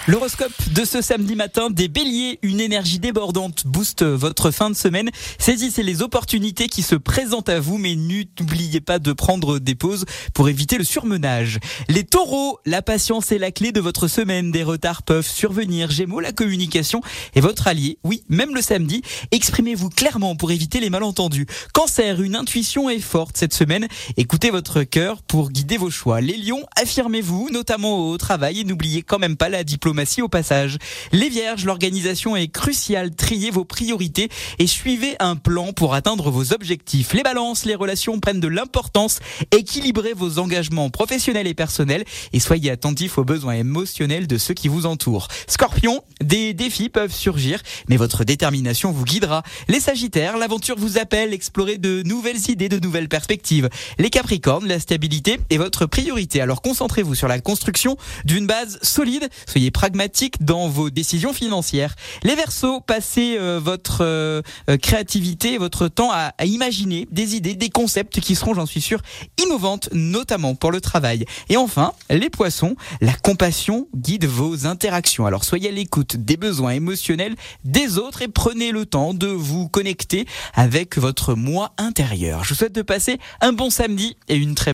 L'horoscope de ce samedi matin, des béliers, une énergie débordante booste votre fin de semaine. Saisissez les opportunités qui se présentent à vous, mais n'oubliez pas de prendre des pauses pour éviter le surmenage. Les taureaux, la patience est la clé de votre semaine. Des retards peuvent survenir. Gémeaux, la communication est votre allié. Oui, même le samedi, exprimez-vous clairement pour éviter les malentendus. Cancer, une intuition est forte cette semaine. Écoutez votre cœur pour guider vos choix. Les lions, affirmez-vous, notamment au travail, et n'oubliez quand même pas la diplomatie au passage. Les vierges, l'organisation est cruciale. Triez vos priorités et suivez un plan pour atteindre vos objectifs. Les balances, les relations prennent de l'importance. Équilibrez vos engagements professionnels et personnels et soyez attentifs aux besoins émotionnels de ceux qui vous entourent. Scorpion, des défis peuvent surgir, mais votre détermination vous guidera. Les sagittaires, l'aventure vous appelle, explorez de nouvelles idées, de nouvelles perspectives. Les capricornes, la stabilité est votre priorité. Alors concentrez-vous sur la construction d'une base solide. Soyez pragmatique dans vos décisions financières. Les Verseaux, passez votre créativité et votre temps à imaginer des idées, des concepts qui seront, j'en suis sûr, innovantes, notamment pour le travail. Et enfin, les Poissons, la compassion guide vos interactions. Alors soyez à l'écoute des besoins émotionnels des autres et prenez le temps de vous connecter avec votre moi intérieur. Je vous souhaite de passer un bon samedi et une très